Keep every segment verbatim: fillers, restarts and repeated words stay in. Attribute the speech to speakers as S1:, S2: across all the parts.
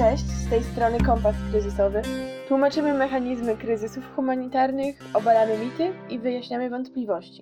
S1: Cześć, z tej strony Kompas Kryzysowy. Tłumaczymy mechanizmy kryzysów humanitarnych, obalamy mity i wyjaśniamy wątpliwości.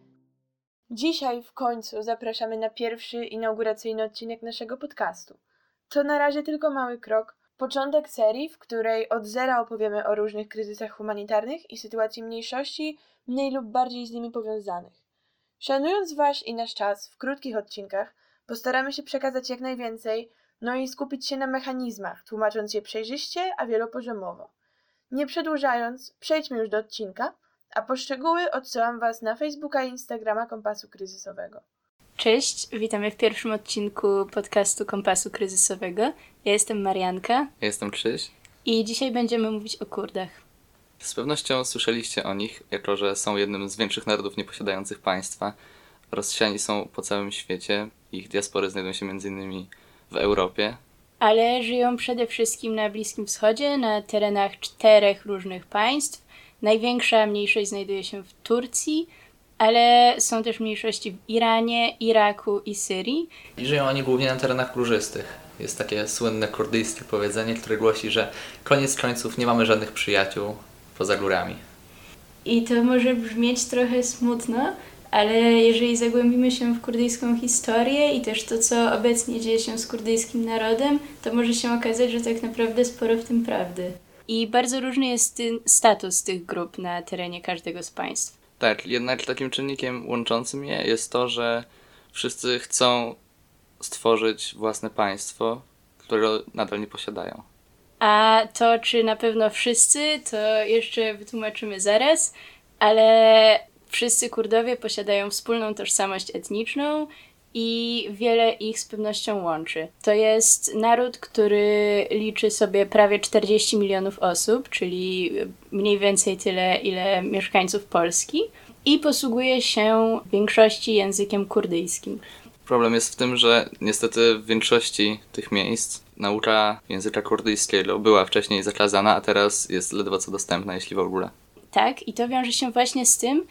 S1: Dzisiaj w końcu zapraszamy na pierwszy inauguracyjny odcinek naszego podcastu. To na razie tylko mały krok, początek serii, w której od zera opowiemy o różnych kryzysach humanitarnych i sytuacji mniejszości, mniej lub bardziej z nimi powiązanych. Szanując Wasz i nasz czas w krótkich odcinkach, postaramy się przekazać jak najwięcej, no i skupić się na mechanizmach, tłumacząc je przejrzyście, a wielopoziomowo. Nie przedłużając, przejdźmy już do odcinka, a po szczegóły odsyłam Was na Facebooka i Instagrama Kompasu Kryzysowego.
S2: Cześć, witamy w pierwszym odcinku podcastu Kompasu Kryzysowego. Ja jestem Marianka.
S3: Ja jestem Krzyś.
S2: I dzisiaj będziemy mówić o Kurdach.
S3: Z pewnością słyszeliście o nich, jako że są jednym z większych narodów nieposiadających państwa. Rozsiani są po całym świecie. Ich diaspory znajdują się m.in. w Europie.
S2: Ale żyją przede wszystkim na Bliskim Wschodzie, na terenach czterech różnych państw. Największa mniejszość znajduje się w Turcji, ale są też mniejszości w Iranie, Iraku i Syrii.
S4: I żyją oni głównie na terenach górzystych. Jest takie słynne kurdyjskie powiedzenie, które głosi, że koniec końców nie mamy żadnych przyjaciół poza górami.
S2: I to może brzmieć trochę smutno, ale jeżeli zagłębimy się w kurdyjską historię i też to, co obecnie dzieje się z kurdyjskim narodem, to może się okazać, że tak naprawdę sporo w tym prawdy. I bardzo różny jest ty- status tych grup na terenie każdego z państw.
S3: Tak, jednak takim czynnikiem łączącym je jest to, że wszyscy chcą stworzyć własne państwo, którego nadal nie posiadają.
S2: A to, czy na pewno wszyscy, to jeszcze wytłumaczymy zaraz, ale wszyscy Kurdowie posiadają wspólną tożsamość etniczną i wiele ich z pewnością łączy. To jest naród, który liczy sobie prawie czterdzieści milionów osób, czyli mniej więcej tyle, ile mieszkańców Polski, i posługuje się w większości językiem kurdyjskim.
S3: Problem jest w tym, że niestety w większości tych miejsc nauka języka kurdyjskiego była wcześniej zakazana, a teraz jest ledwo co dostępna, jeśli w ogóle.
S2: Tak, i to wiąże się właśnie z tym,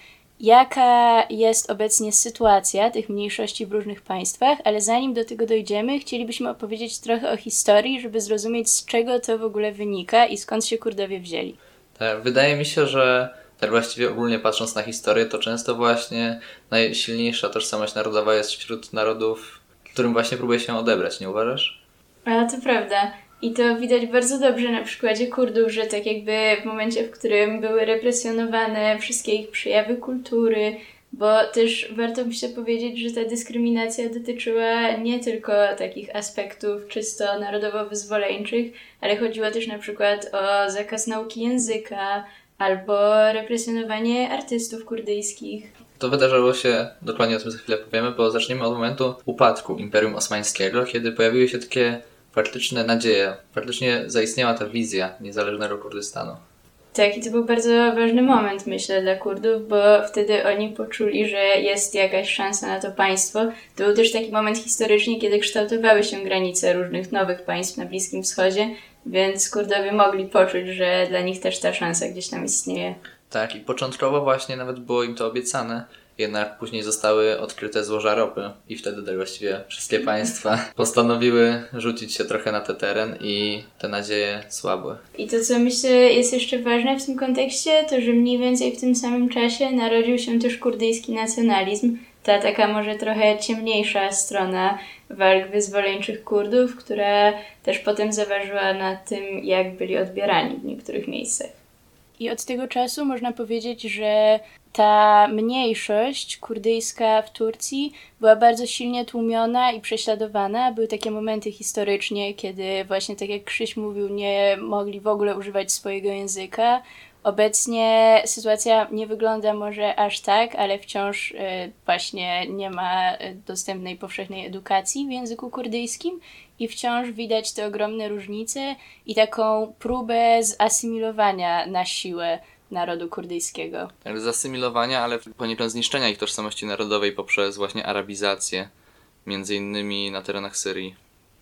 S2: jaka jest obecnie sytuacja tych mniejszości w różnych państwach, ale zanim do tego dojdziemy, chcielibyśmy opowiedzieć trochę o historii, żeby zrozumieć, z czego to w ogóle wynika i skąd się Kurdowie wzięli.
S4: Tak, wydaje mi się, że tak właściwie ogólnie patrząc na historię, to często właśnie najsilniejsza tożsamość narodowa jest wśród narodów, którym właśnie próbuje się odebrać, nie uważasz?
S2: A to prawda. I to widać bardzo dobrze na przykładzie Kurdów, że tak jakby w momencie, w którym były represjonowane wszystkie ich przejawy kultury, bo też warto myślę powiedzieć, że ta dyskryminacja dotyczyła nie tylko takich aspektów czysto narodowo-wyzwoleńczych, ale chodziło też na przykład o zakaz nauki języka albo represjonowanie artystów kurdyjskich.
S4: To wydarzyło się, dokładnie o tym za chwilę powiemy, bo zaczniemy od momentu upadku Imperium Osmańskiego, kiedy pojawiły się takie faktyczne nadzieje, faktycznie zaistniała ta wizja niezależnego Kurdystanu.
S2: Tak, i to był bardzo ważny moment, myślę, dla Kurdów, bo wtedy oni poczuli, że jest jakaś szansa na to państwo. To był też taki moment historyczny, kiedy kształtowały się granice różnych nowych państw na Bliskim Wschodzie, więc Kurdowie mogli poczuć, że dla nich też ta szansa gdzieś tam istnieje.
S4: Tak, i początkowo właśnie nawet było im to obiecane, jednak później zostały odkryte złoża ropy i wtedy tak właściwie wszystkie państwa postanowiły rzucić się trochę na ten teren i te nadzieje słabły.
S2: I to, co myślę jest jeszcze ważne w tym kontekście, to że mniej więcej w tym samym czasie narodził się też kurdyjski nacjonalizm, ta taka może trochę ciemniejsza strona walk wyzwoleńczych Kurdów, która też potem zaważyła na tym, jak byli odbierani w niektórych miejscach. I od tego czasu można powiedzieć, że ta mniejszość kurdyjska w Turcji była bardzo silnie tłumiona i prześladowana. Były takie momenty historycznie, kiedy właśnie, tak jak Krzyś mówił, nie mogli w ogóle używać swojego języka. Obecnie sytuacja nie wygląda może aż tak, ale wciąż y, właśnie nie ma dostępnej powszechnej edukacji w języku kurdyjskim i wciąż widać te ogromne różnice i taką próbę zasymilowania na siłę narodu kurdyjskiego.
S3: Tak, zasymilowania, ale poniekąd zniszczenia ich tożsamości narodowej poprzez właśnie arabizację, między innymi na terenach Syrii.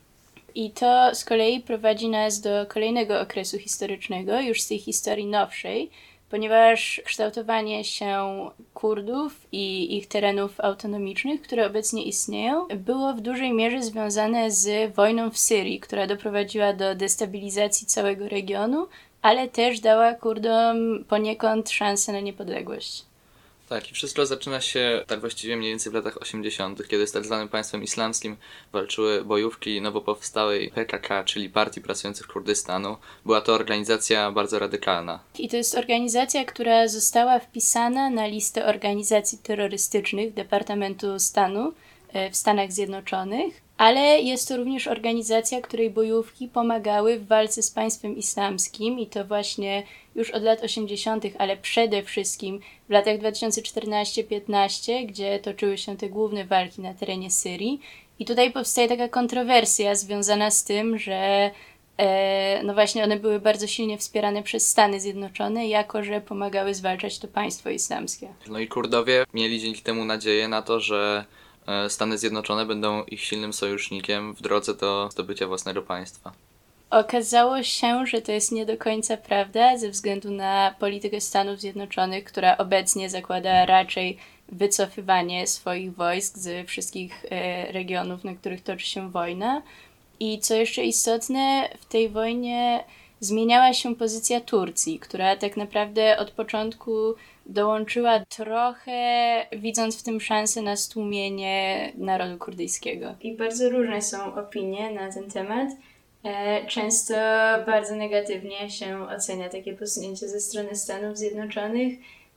S2: I to z kolei prowadzi nas do kolejnego okresu historycznego, już z tej historii nowszej, ponieważ kształtowanie się Kurdów i ich terenów autonomicznych, które obecnie istnieją, było w dużej mierze związane z wojną w Syrii, która doprowadziła do destabilizacji całego regionu, ale też dała Kurdom poniekąd szansę na niepodległość.
S3: Tak, i wszystko zaczyna się tak właściwie mniej więcej w latach osiemdziesiątych, kiedy z tak zwanym państwem islamskim walczyły bojówki nowo powstałej P K K, czyli Partii Pracujących Kurdystanu. Była to organizacja bardzo radykalna.
S2: I to jest organizacja, która została wpisana na listę organizacji terrorystycznych Departamentu Stanu w Stanach Zjednoczonych, ale jest to również organizacja, której bojówki pomagały w walce z państwem islamskim i to właśnie już od lat osiemdziesiątych, ale przede wszystkim w latach dwa tysiące czternastym do piętnastego, gdzie toczyły się te główne walki na terenie Syrii. I tutaj powstaje taka kontrowersja związana z tym, że e, no właśnie one były bardzo silnie wspierane przez Stany Zjednoczone, jako że pomagały zwalczać to państwo islamskie.
S3: No i Kurdowie mieli dzięki temu nadzieję na to, że Stany Zjednoczone będą ich silnym sojusznikiem w drodze do zdobycia własnego państwa.
S2: Okazało się, że to jest nie do końca prawda ze względu na politykę Stanów Zjednoczonych, która obecnie zakłada raczej wycofywanie swoich wojsk ze wszystkich e, regionów, na których toczy się wojna. I co jeszcze istotne, w tej wojnie zmieniała się pozycja Turcji, która tak naprawdę od początku dołączyła trochę, widząc w tym szansę na stłumienie narodu kurdyjskiego. I bardzo różne są opinie na ten temat. Często bardzo negatywnie się ocenia takie posunięcie ze strony Stanów Zjednoczonych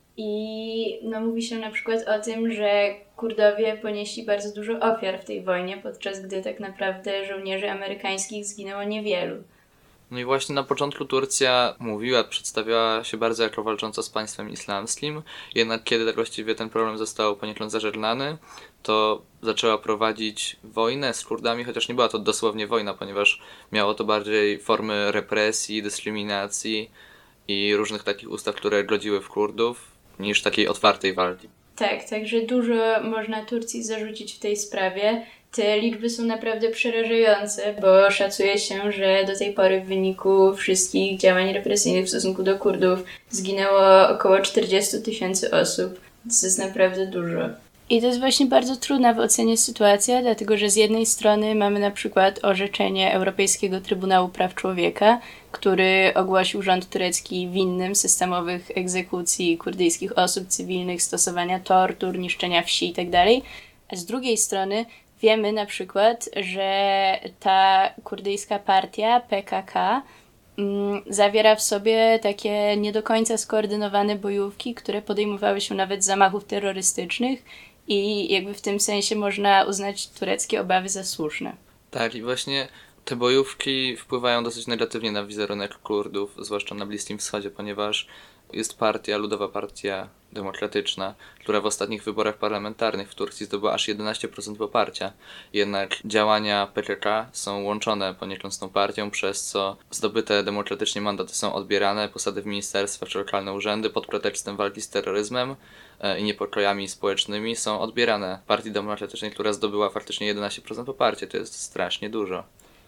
S2: i no, mówi się na przykład o tym, że Kurdowie ponieśli bardzo dużo ofiar w tej wojnie, podczas gdy tak naprawdę żołnierzy amerykańskich zginęło niewielu.
S3: No i właśnie na początku Turcja mówiła, przedstawiała się bardzo jako walcząca z państwem islamskim, jednak kiedy tak właściwie ten problem został poniekąd zażegnany, to zaczęła prowadzić wojnę z Kurdami, chociaż nie była to dosłownie wojna, ponieważ miało to bardziej formy represji, dyskryminacji i różnych takich ustaw, które godziły w Kurdów, niż takiej otwartej walki.
S2: Tak, także dużo można Turcji zarzucić w tej sprawie. Te liczby są naprawdę przerażające, bo szacuje się, że do tej pory w wyniku wszystkich działań represyjnych w stosunku do Kurdów zginęło około czterdzieści tysięcy osób. To jest naprawdę dużo. I to jest właśnie bardzo trudna w ocenie sytuacja, dlatego że z jednej strony mamy na przykład orzeczenie Europejskiego Trybunału Praw Człowieka, który ogłosił rząd turecki winnym systemowych egzekucji kurdyjskich osób cywilnych, stosowania tortur, niszczenia wsi itd. A z drugiej strony wiemy na przykład, że ta kurdyjska partia P K K mm, zawiera w sobie takie nie do końca skoordynowane bojówki, które podejmowały się nawet zamachów terrorystycznych i jakby w tym sensie można uznać tureckie obawy za słuszne.
S3: Tak, i właśnie te bojówki wpływają dosyć negatywnie na wizerunek Kurdów, zwłaszcza na Bliskim Wschodzie, ponieważ jest partia, Ludowa Partia Demokratyczna, która w ostatnich wyborach parlamentarnych w Turcji zdobyła aż jedenaście procent poparcia. Jednak działania P K K są łączone poniekąd z tą partią, przez co zdobyte demokratycznie mandaty są odbierane, posady w ministerstwach czy lokalne urzędy pod pretekstem walki z terroryzmem i niepokojami społecznymi są odbierane Partii Demokratycznej, która zdobyła faktycznie jedenaście procent poparcia. To jest strasznie dużo.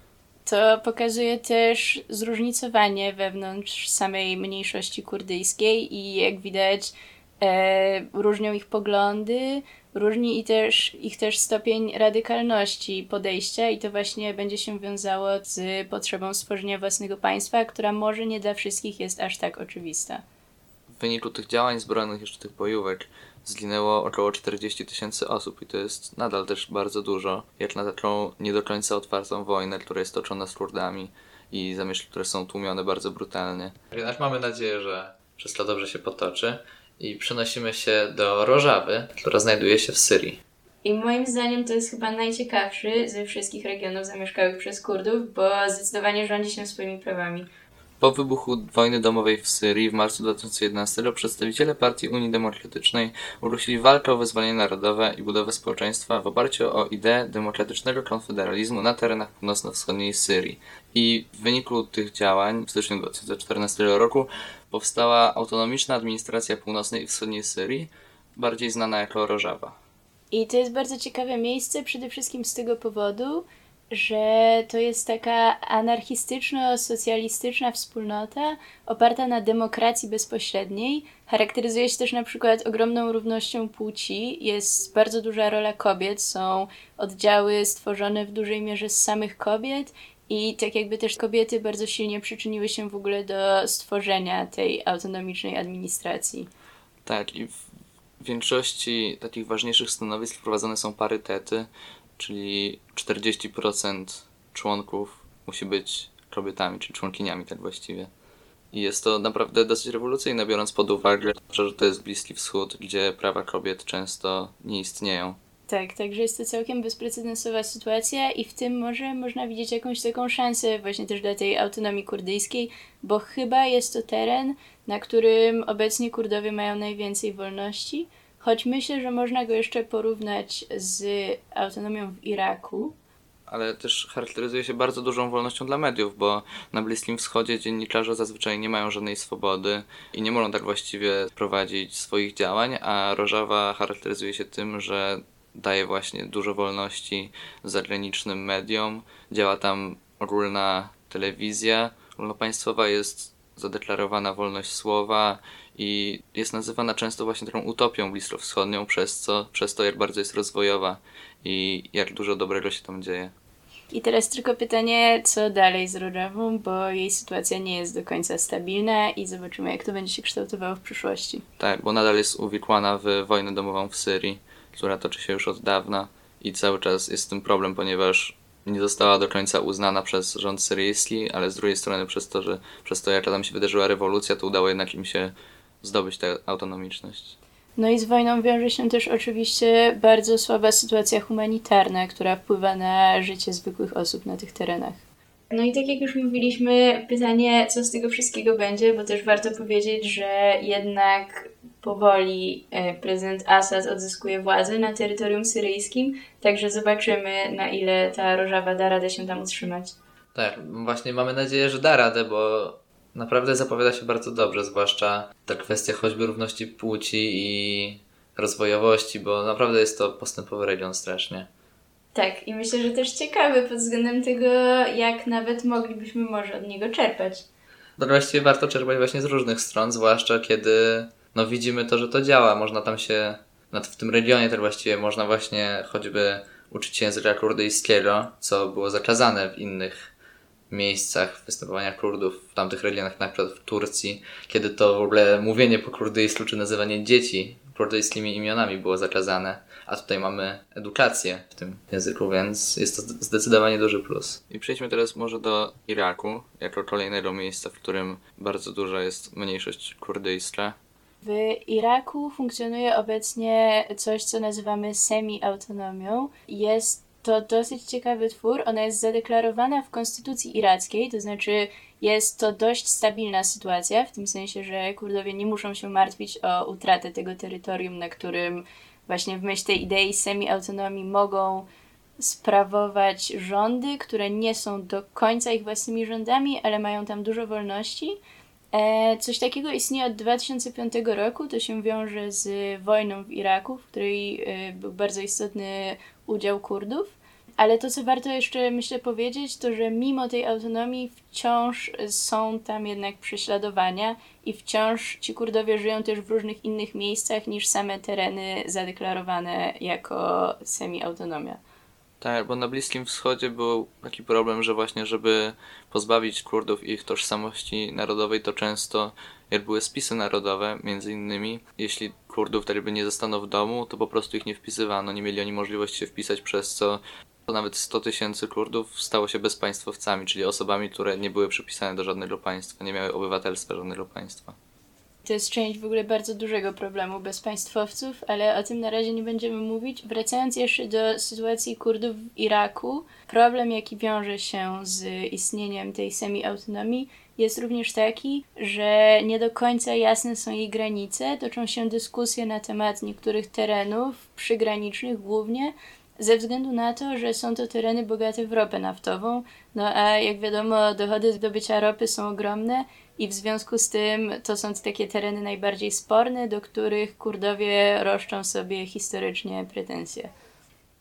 S2: To pokazuje też zróżnicowanie wewnątrz samej mniejszości kurdyjskiej i jak widać e, różnią ich poglądy, różni i też, ich też stopień radykalności podejścia i to właśnie będzie się wiązało z potrzebą stworzenia własnego państwa, która może nie dla wszystkich jest aż tak oczywista.
S3: W wyniku tych działań zbrojnych, jeszcze tych bojówek, zginęło około czterdzieści tysięcy osób i to jest nadal też bardzo dużo, jak na taką nie do końca otwartą wojnę, która jest toczona z Kurdami i zamyślenia, które są tłumione bardzo brutalnie.
S4: Jednak mamy nadzieję, że wszystko dobrze się potoczy i przenosimy się do Rożawy, która znajduje się w Syrii.
S2: I moim zdaniem to jest chyba najciekawszy ze wszystkich regionów zamieszkałych przez Kurdów, bo zdecydowanie rządzi się swoimi prawami.
S3: Po wybuchu wojny domowej w Syrii w marcu dwa tysiące jedenastego przedstawiciele Partii Unii Demokratycznej ogłosili walkę o wyzwolenie narodowe i budowę społeczeństwa w oparciu o ideę demokratycznego konfederalizmu na terenach północno-wschodniej Syrii. I w wyniku tych działań w styczniu dwa tysiące czternastego roku powstała autonomiczna administracja północnej i wschodniej Syrii, bardziej znana jako Rożawa.
S2: I to jest bardzo ciekawe miejsce, przede wszystkim z tego powodu, że to jest taka anarchistyczno-socjalistyczna wspólnota oparta na demokracji bezpośredniej. Charakteryzuje się też na przykład ogromną równością płci. Jest bardzo duża rola kobiet. Są oddziały stworzone w dużej mierze z samych kobiet i tak jakby też kobiety bardzo silnie przyczyniły się w ogóle do stworzenia tej autonomicznej administracji.
S3: Tak, i w większości takich ważniejszych stanowisk wprowadzone są parytety, czyli czterdzieści procent członków musi być kobietami, czy członkiniami tak właściwie. I jest to naprawdę dosyć rewolucyjne, biorąc pod uwagę, że to jest Bliski Wschód, gdzie prawa kobiet często nie istnieją.
S2: Tak, także jest to całkiem bezprecedensowa sytuacja i w tym może można widzieć jakąś taką szansę właśnie też dla tej autonomii kurdyjskiej, bo chyba jest to teren, na którym obecnie Kurdowie mają najwięcej wolności, choć myślę, że można go jeszcze porównać z autonomią w Iraku.
S3: Ale też charakteryzuje się bardzo dużą wolnością dla mediów, bo na Bliskim Wschodzie dziennikarze zazwyczaj nie mają żadnej swobody i nie mogą tak właściwie prowadzić swoich działań, a Rożawa charakteryzuje się tym, że daje właśnie dużo wolności zagranicznym mediom. Działa tam ogólna telewizja ogólnopaństwowa, jest zadeklarowana wolność słowa i jest nazywana często właśnie taką utopią bliskowschodnią, przez co, przez to jak bardzo jest rozwojowa i jak dużo dobrego się tam dzieje.
S2: I teraz tylko pytanie, co dalej z Rodżawą, bo jej sytuacja nie jest do końca stabilna i zobaczymy, jak to będzie się kształtowało w przyszłości.
S3: Tak, bo nadal jest uwikłana w wojnę domową w Syrii, która toczy się już od dawna i cały czas jest z tym problem, ponieważ nie została do końca uznana przez rząd syryjski, ale z drugiej strony przez to, że przez to, jaka tam się wydarzyła rewolucja, to udało jednak im się zdobyć tę autonomiczność.
S2: No i z wojną wiąże się też oczywiście bardzo słaba sytuacja humanitarna, która wpływa na życie zwykłych osób na tych terenach. No i tak jak już mówiliśmy, pytanie, co z tego wszystkiego będzie, bo też warto powiedzieć, że jednak powoli prezydent Assad odzyskuje władzę na terytorium syryjskim, także zobaczymy, na ile ta Rożawa da radę się tam utrzymać.
S4: Tak, właśnie mamy nadzieję, że da radę, bo naprawdę zapowiada się bardzo dobrze, zwłaszcza ta kwestia choćby równości płci i rozwojowości, bo naprawdę jest to postępowy region strasznie.
S2: Tak, i myślę, że też ciekawy pod względem tego, jak nawet moglibyśmy może od niego czerpać.
S4: No właściwie warto czerpać właśnie z różnych stron, zwłaszcza kiedy no widzimy to, że to działa. Można tam się, w tym regionie też właściwie można właśnie choćby uczyć się języka kurdyjskiego, co było zakazane w innych miejscach występowania Kurdów w tamtych regionach, na przykład w Turcji, kiedy to w ogóle mówienie po kurdyjsku czy nazywanie dzieci kurdyjskimi imionami było zakazane, a tutaj mamy edukację w tym języku, więc jest to zdecydowanie duży plus.
S3: I przejdźmy teraz może do Iraku, jako kolejnego miejsca, w którym bardzo duża jest mniejszość kurdyjska.
S2: W Iraku funkcjonuje obecnie coś, co nazywamy semi-autonomią. Jest to dosyć ciekawy twór. Ona jest zadeklarowana w konstytucji irackiej, to znaczy jest to dość stabilna sytuacja, w tym sensie, że Kurdowie nie muszą się martwić o utratę tego terytorium, na którym właśnie w myśl tej idei semi-autonomii mogą sprawować rządy, które nie są do końca ich własnymi rządami, ale mają tam dużo wolności. E, coś takiego istnieje od dwa tysiące piątego roku, to się wiąże z wojną w Iraku, w której e, był bardzo istotny udział Kurdów. Ale to, co warto jeszcze, myślę, powiedzieć, to, że mimo tej autonomii wciąż są tam jednak prześladowania i wciąż ci Kurdowie żyją też w różnych innych miejscach niż same tereny zadeklarowane jako semi-autonomia.
S3: Tak, bo na Bliskim Wschodzie był taki problem, że właśnie żeby pozbawić Kurdów ich tożsamości narodowej, to często jak były spisy narodowe, między innymi, jeśli Kurdów tak jakby nie zostaną w domu, to po prostu ich nie wpisywano, nie mieli oni możliwości się wpisać, przez co to nawet sto tysięcy Kurdów stało się bezpaństwowcami, czyli osobami, które nie były przypisane do żadnego państwa, nie miały obywatelstwa żadnego państwa.
S2: To jest część w ogóle bardzo dużego problemu bezpaństwowców, ale o tym na razie nie będziemy mówić. Wracając jeszcze do sytuacji Kurdów w Iraku, problem jaki wiąże się z istnieniem tej semi-autonomii jest również taki, że nie do końca jasne są jej granice. Toczą się dyskusje na temat niektórych terenów przygranicznych głównie, ze względu na to, że są to tereny bogate w ropę naftową, no a jak wiadomo dochody z zdobycia ropy są ogromne i w związku z tym to są takie tereny najbardziej sporne, do których Kurdowie roszczą sobie historycznie pretensje.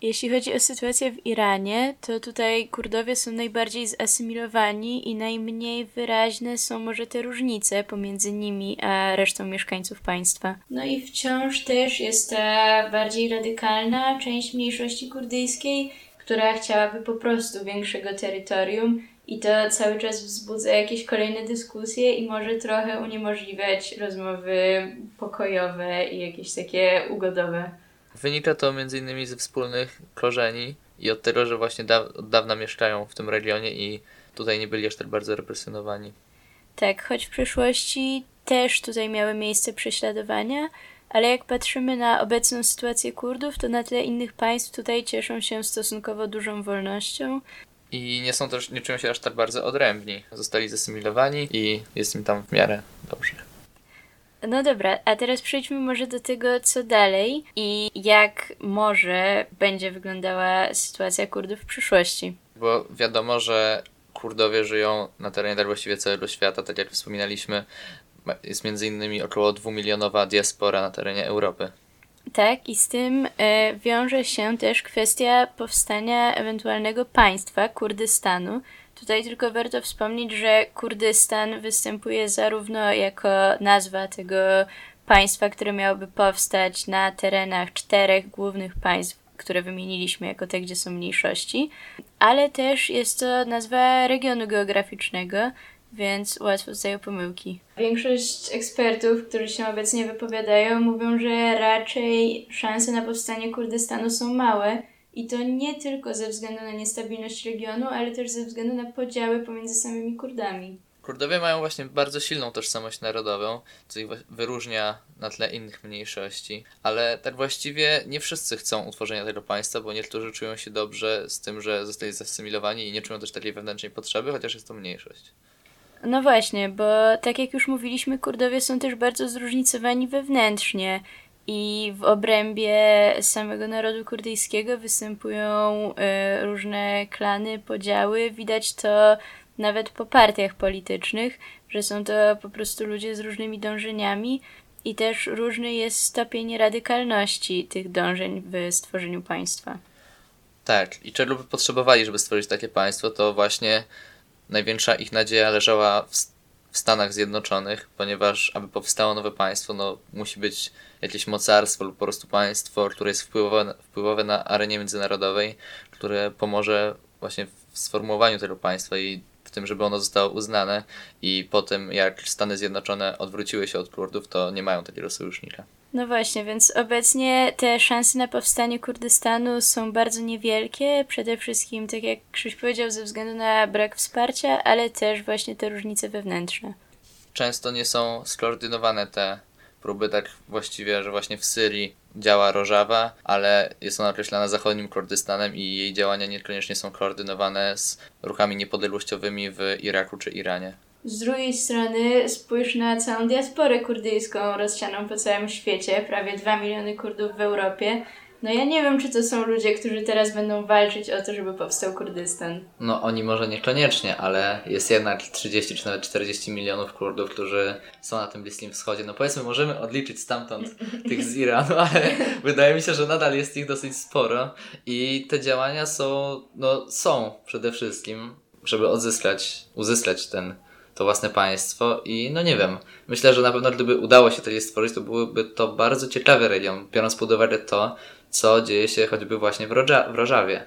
S2: Jeśli chodzi o sytuację w Iranie, to tutaj Kurdowie są najbardziej zasymilowani i najmniej wyraźne są może te różnice pomiędzy nimi a resztą mieszkańców państwa. No i wciąż też jest ta bardziej radykalna część mniejszości kurdyjskiej, która chciałaby po prostu większego terytorium i to cały czas wzbudza jakieś kolejne dyskusje i może trochę uniemożliwiać rozmowy pokojowe i jakieś takie ugodowe.
S3: Wynika to między innymi ze wspólnych korzeni i od tego, że właśnie da- od dawna mieszkają w tym regionie i tutaj nie byli aż tak bardzo represjonowani.
S2: Tak, choć w przeszłości też tutaj miały miejsce prześladowania, ale jak patrzymy na obecną sytuację Kurdów, to na tle innych państw tutaj cieszą się stosunkowo dużą wolnością.
S3: I nie są też, nie czują się aż tak bardzo odrębni. Zostali zasymilowani i jest im tam w miarę dobrze.
S2: No dobra, a teraz przejdźmy może do tego, co dalej i jak może będzie wyglądała sytuacja Kurdów w przyszłości.
S3: Bo wiadomo, że Kurdowie żyją na terenie tak właściwie całego świata, tak jak wspominaliśmy. Jest między innymi około dwumilionowa diaspora na terenie Europy.
S2: Tak, i z tym e, wiąże się też kwestia powstania ewentualnego państwa Kurdystanu. Tutaj tylko warto wspomnieć, że Kurdystan występuje zarówno jako nazwa tego państwa, które miałoby powstać na terenach czterech głównych państw, które wymieniliśmy jako te, gdzie są mniejszości, ale też jest to nazwa regionu geograficznego, więc łatwo zdają pomyłki. Większość ekspertów, którzy się obecnie wypowiadają, mówią, że raczej szanse na powstanie Kurdystanu są małe i to nie tylko ze względu na niestabilność regionu, ale też ze względu na podziały pomiędzy samymi Kurdami.
S3: Kurdowie mają właśnie bardzo silną tożsamość narodową, co ich wyróżnia na tle innych mniejszości, ale tak właściwie nie wszyscy chcą utworzenia tego państwa, bo niektórzy czują się dobrze z tym, że zostali zasymilowani i nie czują też takiej wewnętrznej potrzeby, chociaż jest to mniejszość.
S2: No właśnie, bo tak jak już mówiliśmy, Kurdowie są też bardzo zróżnicowani wewnętrznie i w obrębie samego narodu kurdyjskiego występują y, różne klany, podziały. Widać to nawet po partiach politycznych, że są to po prostu ludzie z różnymi dążeniami i też różny jest stopień radykalności tych dążeń w stworzeniu państwa.
S3: Tak, i czego by potrzebowali, żeby stworzyć takie państwo, to właśnie największa ich nadzieja leżała w, w Stanach Zjednoczonych, ponieważ aby powstało nowe państwo, no musi być jakieś mocarstwo lub po prostu państwo, które jest wpływowe, wpływowe na arenie międzynarodowej, które pomoże właśnie w sformułowaniu tego państwa i w tym, żeby ono zostało uznane i po tym, jak Stany Zjednoczone odwróciły się od Kurdów, to nie mają takiego sojusznika.
S2: No właśnie, więc obecnie te szanse na powstanie Kurdystanu są bardzo niewielkie, przede wszystkim, tak jak Krzyś powiedział, ze względu na brak wsparcia, ale też właśnie te różnice wewnętrzne.
S3: Często nie są skoordynowane te próby, tak właściwie, że właśnie w Syrii działa Rożawa, ale jest ona określana zachodnim Kurdystanem i jej działania niekoniecznie są koordynowane z ruchami niepodległościowymi w Iraku czy Iranie.
S2: Z drugiej strony spójrz na całą diasporę kurdyjską rozsianą po całym świecie, prawie dwa miliony Kurdów w Europie. No ja nie wiem, czy to są ludzie, którzy teraz będą walczyć o to, żeby powstał Kurdystan.
S4: No oni może niekoniecznie, ale jest jednak trzydzieści czy nawet czterdzieści milionów Kurdów, którzy są na tym Bliskim Wschodzie. No powiedzmy, możemy odliczyć stamtąd tych z Iranu, ale wydaje mi się, że nadal jest ich dosyć sporo i te działania są, no są przede wszystkim, żeby odzyskać, uzyskać ten to własne państwo i no nie wiem, myślę, że na pewno gdyby udało się to gdzieś stworzyć, to byłby to bardzo ciekawy region, biorąc pod uwagę to, co dzieje się choćby właśnie w, Rodża- w Rożawie.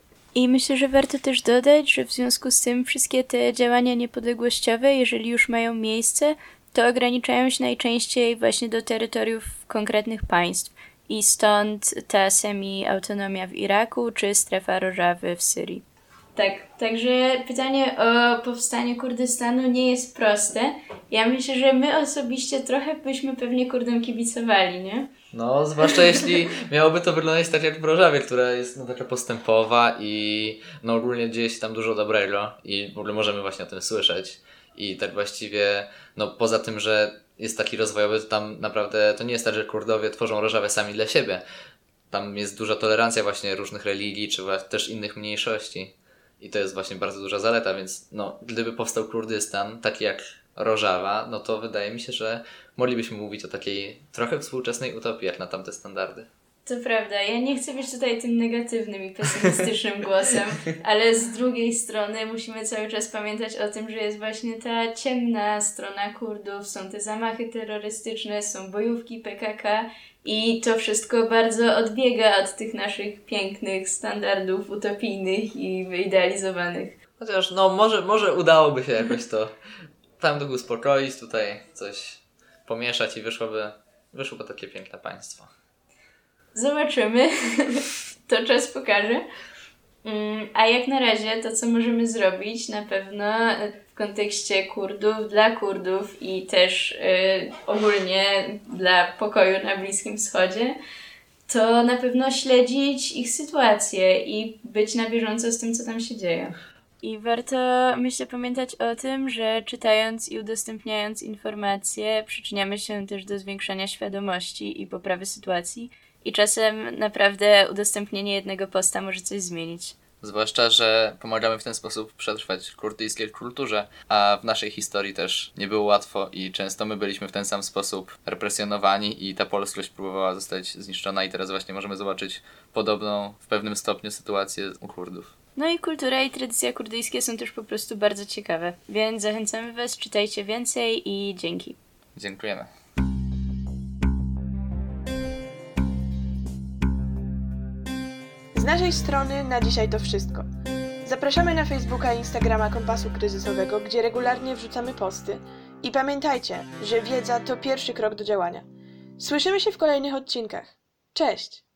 S2: I myślę, że warto też dodać, że w związku z tym wszystkie te działania niepodległościowe, jeżeli już mają miejsce, to ograniczają się najczęściej właśnie do terytoriów konkretnych państw i stąd ta semi-autonomia w Iraku czy strefa Rożawy w Syrii. Tak, także pytanie o powstanie Kurdystanu nie jest proste. Ja myślę, że my osobiście trochę byśmy pewnie Kurdom kibicowali, nie?
S4: No, zwłaszcza jeśli miałoby to wyglądać tak jak w Rożawie, która jest no, taka postępowa i no ogólnie dzieje się tam dużo dobrego i w ogóle możemy właśnie o tym słyszeć. I tak właściwie, no poza tym, że jest taki rozwojowy, to tam naprawdę to nie jest tak, że Kurdowie tworzą Rożawę sami dla siebie. Tam jest duża tolerancja właśnie różnych religii, czy też innych mniejszości. I to jest właśnie bardzo duża zaleta, więc no, gdyby powstał Kurdystan, taki jak Rożawa, no to wydaje mi się, że moglibyśmy mówić o takiej trochę współczesnej utopii, jak na tamte standardy.
S2: To prawda, ja nie chcę być tutaj tym negatywnym i pesymistycznym głosem, ale z drugiej strony musimy cały czas pamiętać o tym, że jest właśnie ta ciemna strona Kurdów, są te zamachy terrorystyczne, są bojówki P K K i to wszystko bardzo odbiega od tych naszych pięknych standardów utopijnych i wyidealizowanych.
S4: Chociaż no może, może udałoby się jakoś to tam do uspokoić, tutaj coś pomieszać i wyszłoby, wyszłoby takie piękne państwo.
S2: Zobaczymy. To czas pokaże. A jak na razie to, co możemy zrobić na pewno w kontekście Kurdów, dla Kurdów i też y, ogólnie dla pokoju na Bliskim Wschodzie, to na pewno śledzić ich sytuację i być na bieżąco z tym, co tam się dzieje. I warto, myślę, pamiętać o tym, że czytając i udostępniając informacje przyczyniamy się też do zwiększania świadomości i poprawy sytuacji. I czasem naprawdę udostępnienie jednego posta może coś zmienić.
S3: Zwłaszcza, że pomagamy w ten sposób przetrwać kurdyjskiej kulturze, a w naszej historii też nie było łatwo i często my byliśmy w ten sam sposób represjonowani i ta polskość próbowała zostać zniszczona i teraz właśnie możemy zobaczyć podobną w pewnym stopniu sytuację u Kurdów.
S2: No i kultura i tradycja kurdyjskie są też po prostu bardzo ciekawe, więc zachęcamy Was, czytajcie więcej i dzięki.
S3: Dziękujemy.
S1: Z naszej strony na dzisiaj to wszystko. Zapraszamy na Facebooka i Instagrama Kompasu Kryzysowego, gdzie regularnie wrzucamy posty. I pamiętajcie, że wiedza to pierwszy krok do działania. Słyszymy się w kolejnych odcinkach. Cześć!